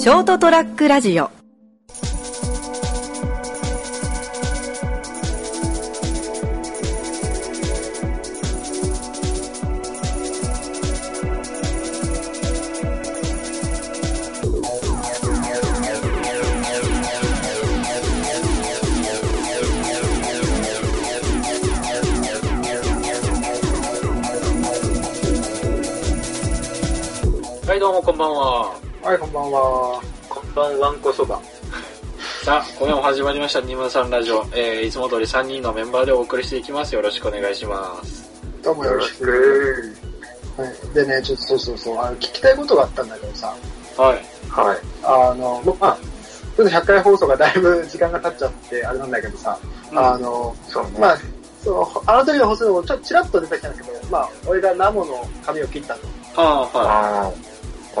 ショートトラックラジオ。 はい、どうもこんばんは。 はい、こんばんは。 こんばんはんこそば。 さあ、今夜も始まりましたニムさんラジオ。いつも通り3人のメンバーでお送りしていきます。よろしくお願いします。 どうもよろしく。はい。でね、ちょっとそう、聞きたいことがあったんだけどさ。 はい。 はい。 ちょっと100回放送がだいぶ時間が経っちゃってあれなんだけどさ、 そうね。 あの時の放送でもちょっとチラッと出てきたんだけど、俺がナモの髪を切ったと。 はい。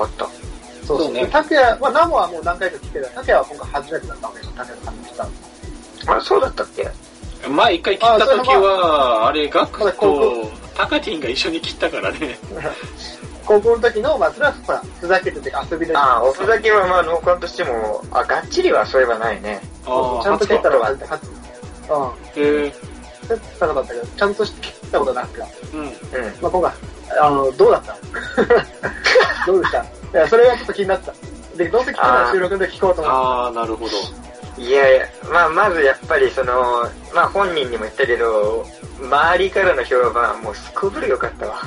あった。 そうね。タクヤ、ナモはもう何回か切ってた。タクヤは今回初めてだったわけでしょ、タクヤの髪切ったの。 あ、そうだったっけ？ 前一回切った時は、ガクとタカティンが一緒に切ったからね。 高校の時の、それはほら、ふざけてて遊びで。 おふざけはノーカウントしても、がっちりはそういえばないね。 ちゃんと切ったのがあって、 へぇ。 切ったのだったけど、ちゃんと切ったことなくて。今回、どうだったどうでした？いや、それがちょっと気になった。で、どうせ聞くなら収録で聞こうと思って。 なるほど。 いや、まずやっぱり本人にも言ったけど、周りからの評判もうすこぶる良かったわ。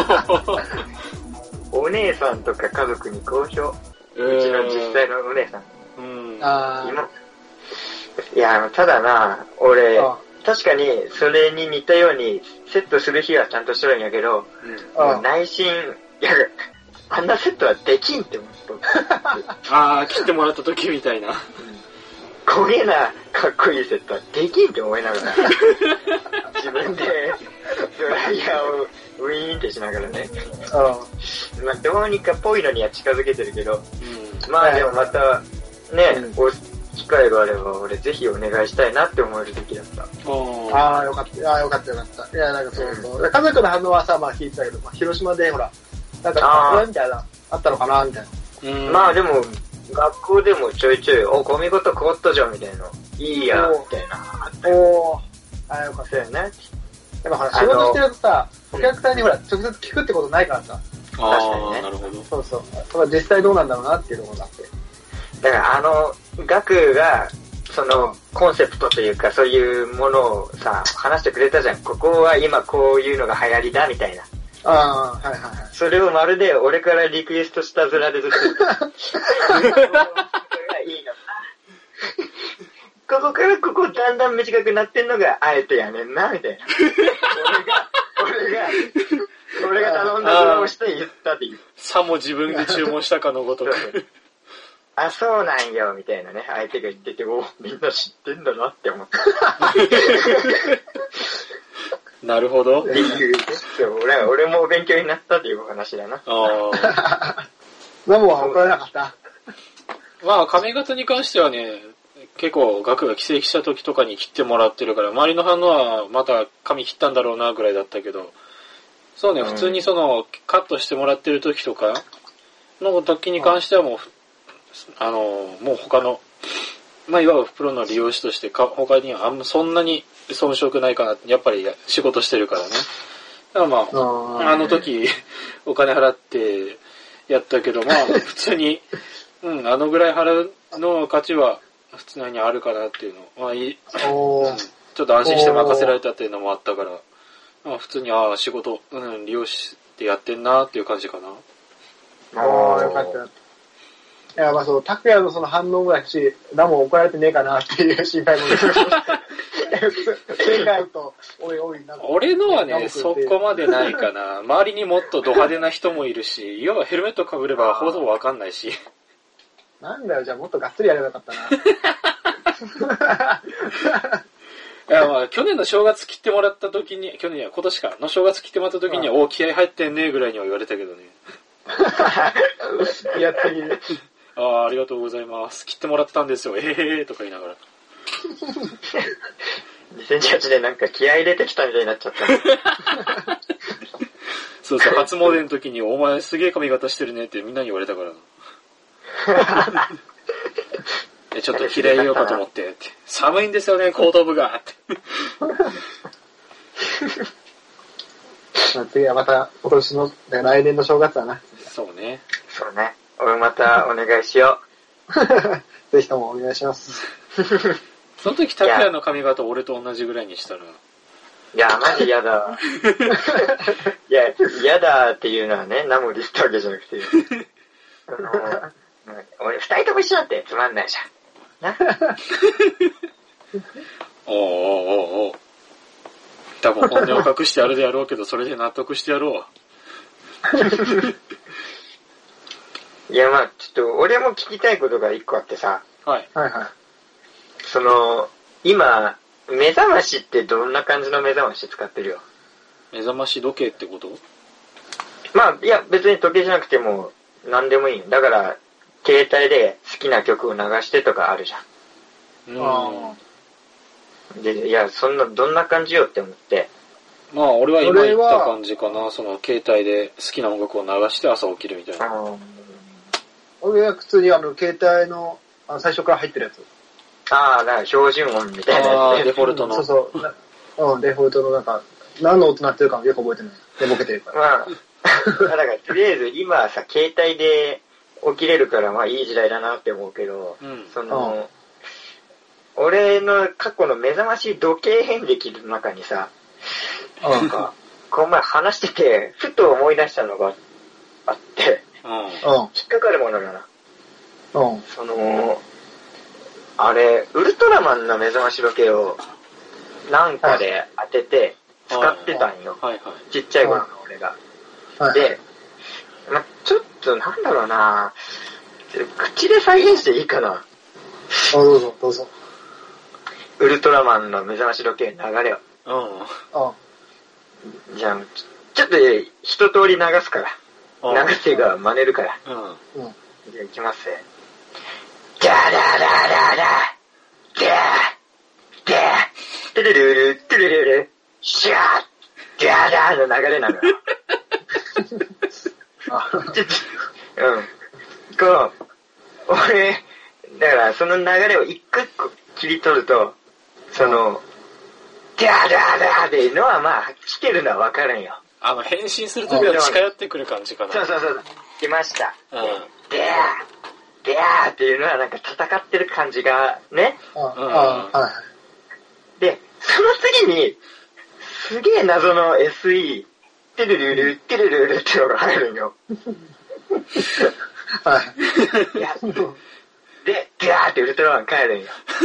お姉さんとか家族に好評。うちの実際のお姉さん。いや、ただな、俺、確かにそれに似たようにセットする日はちゃんとしとるんやけど、もう内心、あんなセットはできんって思っとった。切ってもらった時みたいな。 こげなかっこいいセットはできんって思いながら、自分でドライヤーをウィーンってしながらね。どうにかぽいのには近づけてるけど、でもまた、ね、機会があれば俺ぜひお願いしたいなって思える時だった。 よかった。いや、なんかそう。家族の反応はさ、聞いてたけど、広島でほら、なんか、みたいな、あったのかなみたいな。でも、学校でもちょいちょい、ゴミごと変わったじゃんみたいな。いいや、みたいな。 よかったよね。でもほら、仕事してるとさ、お客さんにほら、直接聞くってことないからさ。 確かにね。 なるほど。 そう。実際どうなんだろうなっていうところがあって。 だからガクが、コンセプトというか、そういうものをさ、話してくれたじゃん。ここは今こういうのが流行りだ、みたいな。それをまるで俺からリクエストした面でずっと。ここからここだんだん短くなってんのがあえてやねんな、みたいな。俺が頼んだ面をして言ったっていう。 さも自分で注文したかのごとく。 そうなんよ、みたいなね、相手が言ってて、みんな知ってんだなって思った。 なるほど。 俺も勉強になったというお話だな。 ナモは怒られなかった？ 髪型に関してはね、結構ガクが帰省した時とかに切ってもらってるから、周りの反応はまた髪切ったんだろうなぐらいだったけど、そうね、普通にカットしてもらってる時とかの時に関してはもう他の、いわゆるプロの利用者として他にはそんなに遜色ないかな。やっぱり仕事してるからね。だからあの時お金払ってやったけど、普通に、あのぐらい払うの価値は普通にあるかなっていうの。ちょっと安心して任せられたっていうのもあったから、普通に仕事、利用してやってんなっていう感じかな。 よかった。いや、タクヤのその反応もだし、ナモ怒られてねえかなっていう心配も出てきました。正解と、 俺のはね、そこまでないかな。周りにもっとド派手な人もいるし、要はヘルメット被ればほぼわかんないし。 なんだよ、じゃあもっとがっつりやればよかったな。 いや、去年の正月切ってもらった時に、今年かの正月切ってもらった時には、気合入ってんねえぐらいには言われたけどね。 やったぎで。 ありがとうございます。切ってもらってたんですよ。とか言いながら。 2018年なんか気合入れてきたみたいになっちゃった。 そう、初詣の時にお前すげえ髪型してるねってみんなに言われたから。 ちょっと着れようかと思ってって。寒いんですよね、後頭部がって。 次はまた今年の、来年の正月だな。 そうね。 そうね。俺またお願いしよう。ぜひともお願いします。 その時、拓也の髪型俺と同じぐらいにしたら。 いや、マジ嫌だ。いや、嫌だっていうのはね、何もリストわけじゃなくて。俺、二人とも一緒なんてつまんないじゃん。なおう。多分本音を隠してやるでやろうけど、それで納得してやろう。いや、まあちょっと、俺も聞きたいことが一個あってさ。 はい。 今、目覚ましってどんな感じの目覚まし使ってるよ？ 目覚まし時計ってこと？ まあ、いや、別に時計じゃなくても、何でもいいよ。だから、携帯で好きな曲を流してとかあるじゃん。で、いや、どんな感じよって思って。 まあ、俺は今言った感じかな。携帯で好きな音楽を流して朝起きるみたいな。 俺は普通に携帯の、最初から入ってるやつ。 なんか標準音みたいなやつ、ね。 デフォルトの。 そう。デフォルトの何の音鳴ってるかもよく覚えてない。寝ぼけてるから。 まあ、だからとりあえず今さ、携帯で起きれるからまあいい時代だなって思うけど、俺の過去の目覚まし時計遍歴の中にさ、なんか、この前話してて、ふと思い出したのがあって、引っかかるものだな。あれ、ウルトラマンの目覚まし時計をなんかで当てて使ってたんよ。ちっちゃい頃の俺が。で、ちょっとなんだろうな、口で再現していいかな。 どうぞ。 ウルトラマンの目覚まし時計の流れを。じゃあ、ちょっと一通り流すから。流すが真似るから。じゃあ行きますね。ダダダダダダダトゥルルルトゥルルルシャーダダの流れなのよ。俺、だからその流れを一個一個切り取ると、ダダダっていうのはまあ、来てるのはわかるんよ。 変身するときは近寄ってくる感じかな。 そう。来ました。でーっていうのはなんか戦ってる感じがね。で、その次に、すげえ謎の SE、テルルル、テルルルってのが入るんよ。で、ガーってウルトラマン帰るんよ。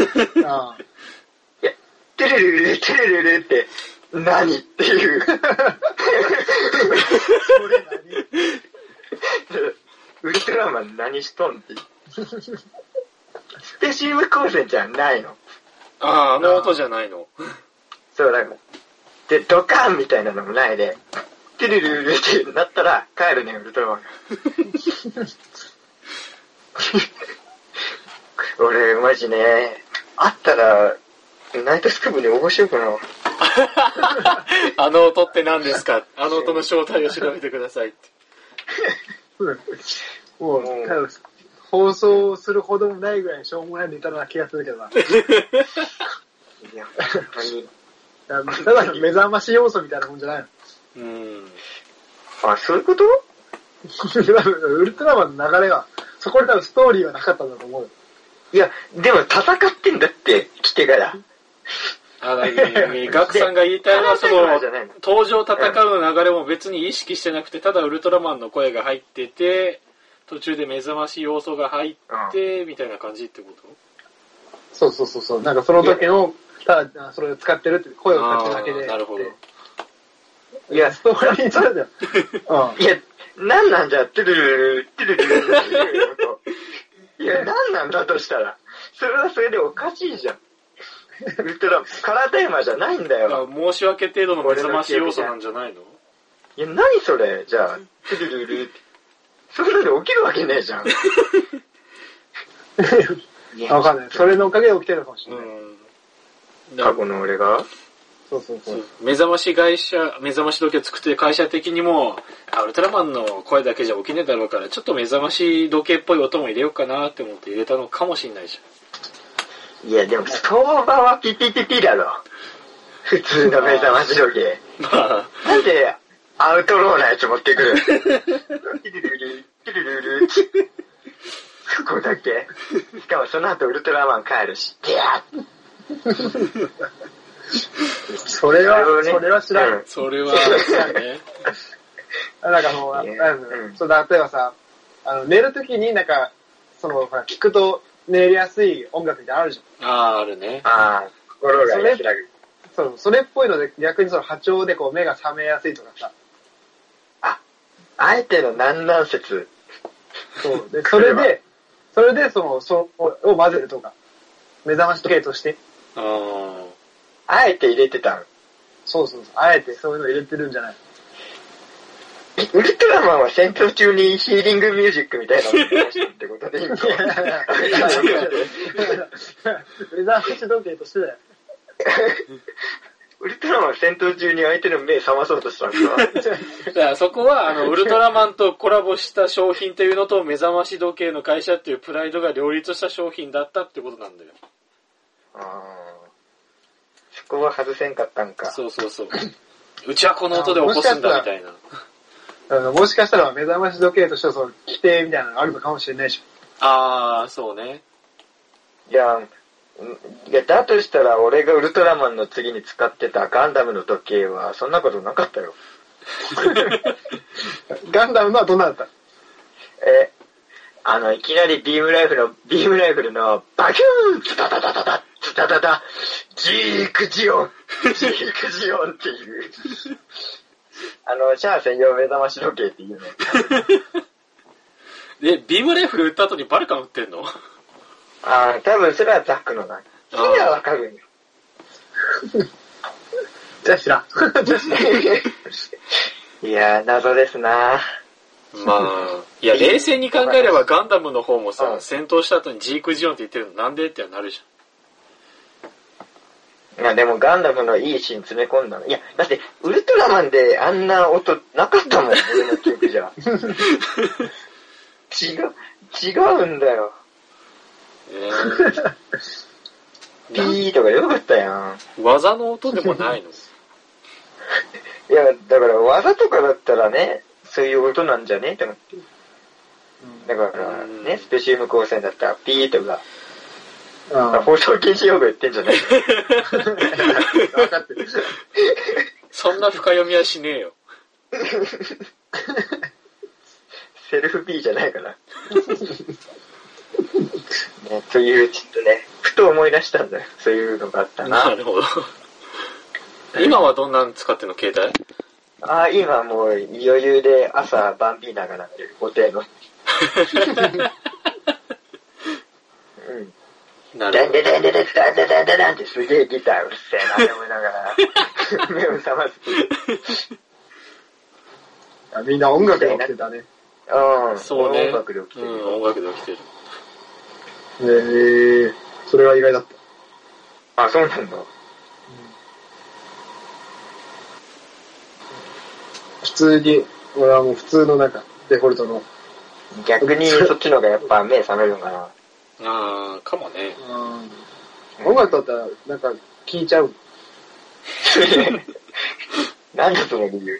いや、テルルル、テルルルって何っていう。ウルトラマン何しとんっていう。スペシウム光線じゃないの。 あの音じゃないの。 そう、だから。で、ドカーンみたいなのもないで、テルルルルってなったら帰るね、ウルトラマンが。俺、マジね、あったら、ナイトスクープに応募しようかな。 あの音って何ですか？あの音の正体を調べてくださいって。 もう、放送するほどもないぐらいしょうもないネタな気がするけどな。いや、本当に。 ただの目覚まし要素みたいなもんじゃないの。 あ、そういうこと？ ウルトラマンの流れは、そこに多分ストーリーはなかったんだと思う。 いや、でも戦ってんだって、来てから。 ガクさんが言いたいのは、登場戦うの流れも別に意識してなくて、ただウルトラマンの声が入ってて、途中で目覚まし要素が入って、みたいな感じってこと？ そう。なんかその時の、ただそれを使ってるって、声を使ってるだけで。 なるほど。 いや、ストーリーじゃん。 いや、なんなんじゃ、トゥルルル、トゥルルルル。いや、なんなんだとしたら、それはそれでおかしいじゃん。ウルトラカラータイマーじゃないんだよ。 申し訳程度の目覚まし要素なんじゃないの？ いや、何それ、じゃあ、トゥルルルって。そんなの起きるわけねえじゃん。 わかんない。それのおかげで起きてるかもしれない。 過去の俺が？ そうそうそう。 目覚まし時計作ってる会社的にも、ウルトラマンの声だけじゃ起きねえだろうから、ちょっと目覚まし時計っぽい音も入れようかなって思って入れたのかもしんないじゃん。いや、でも相場はピピピピだろ。普通の目覚まし時計。まあ。なんで、アウトローなやつ持ってくる。ピルルル、ピルルル。そこだけ。しかもその後ウルトラマン帰るし、ギャーそれは知らん。 それは知らんね。 なんかそう、例えばさ、寝るときになんか、聞くと寝りやすい音楽ってあるじゃん。あるね。 心が安らぐ。 そう、それっぽいので逆に波長で目が覚めやすいとかさ。 あえての南南説。 そう。で、それで、を混ぜるとか。目覚まし時計として。 あえて入れてたん。 そう。あえてそういうの入れてるんじゃない？ ウルトラマンは戦闘中にヒーリングミュージックみたいなのを出してってことでいいの？ 目覚まし時計としてだよ。 ウルトラマン戦闘中に相手の目覚まそうとしたのか。 だからそこはウルトラマンとコラボした商品というのと目覚まし時計の会社っていうプライドが両立した商品だったってことなんだよ。 そこは外せんかったんか。 そう。うちはこの音で起こすんだみたいな。 もしかしたら目覚まし時計としては規定みたいなのがあるのかもしれないし。 そうね。 いや、だとしたら俺がウルトラマンの次に使ってたガンダムの時計はそんなことなかったよ。 ガンダムのはどんなだった？ いきなりビームライフルのバキューンツタタタタタツタタタジークジオンっていうシャア専用目覚まし時計っていうね。 で、ビームライフル撃った後にバルカン撃ってんの？ 多分それはザックのな。それはわかるんよ。 じゃあ知らん。 いや、謎ですな。 まあ、いや、冷静に考えればガンダムの方もさ、戦闘した後にジークジオンって言ってるのなんでってなるじゃん。いや、でもガンダムのいいシーン詰め込んだの。いや、だってウルトラマンであんな音なかったもん、俺の記憶じゃ。違うんだよ。ピーとかよかったやん。 技の音でもないの？ いや、だから技とかだったらね、そういう音なんじゃねって思って。だからね、スペシウム光線だったらピーとか、放送禁止用語言ってんじゃない？ 分かってる。 そんな深読みはしねえよ。 セルフ P じゃないから。ね、という、ちょっとね、ふと思い出したんだよ。そういうのがあったな。 なるほど。今はどんなん使ってんの、携帯？ 今もう余裕で朝バンビーナが鳴ってる、お手の。 なるほど。 ダンってすげえギターうるせえなって思いながら、目を覚ます。 みんな音楽で起きてたね。 そうね。 音楽で起きてる。 音楽で起きてる。 それは意外だった。 そうなんだ。 普通に、俺はもう普通のデフォルトの。 逆にそっちの方がやっぱ目覚めるのかな。 かもね。 音楽だったら、聞いちゃう。 なんだその理由。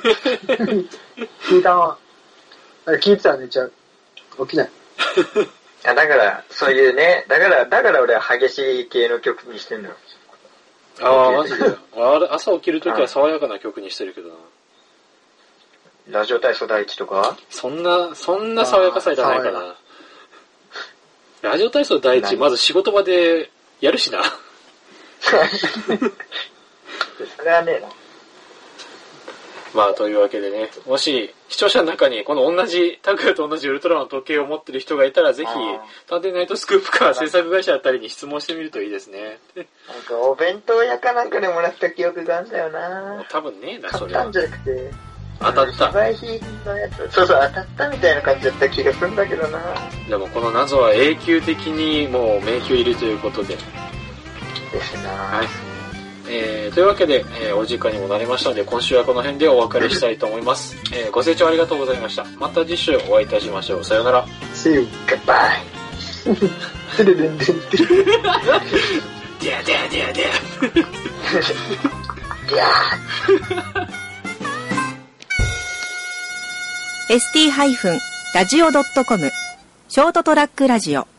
聞いたまま。聞いてたら寝ちゃう。起きない。 だから、そういうね、だから俺は激しい系の曲にしてんのよ。 マジで。朝起きるときは爽やかな曲にしてるけどな。 ラジオ体操第一とか？ そんな爽やかさいらないかな。ラジオ体操第一、まず仕事場でやるしな。 それはねえな。 まあ、というわけでね、もし、視聴者の中に、このタクヤと同じウルトラマンの時計を持ってる人がいたら、ぜひ、探偵ナイトスクープか制作会社あたりに質問してみるといいですね。 お弁当屋かなんかでもらった記憶があるんだよな。 多分ねえな、それは。 買ったんじゃなくて、 当たった。 非売品のやつ。そう、当たったみたいな感じだった気がするんだけどな。 でも、この謎は永久的にもう迷宮入りということで。 ですな。 はい。 というわけで、お時間にもなりましたので、今週はこの辺でお別れしたいと思います。ご清聴ありがとうございました。また次週お会いいたしましょう。さようなら。 See you. Goodbye. でやでやでやでや。 ST-radio.com ショートトラックラジオ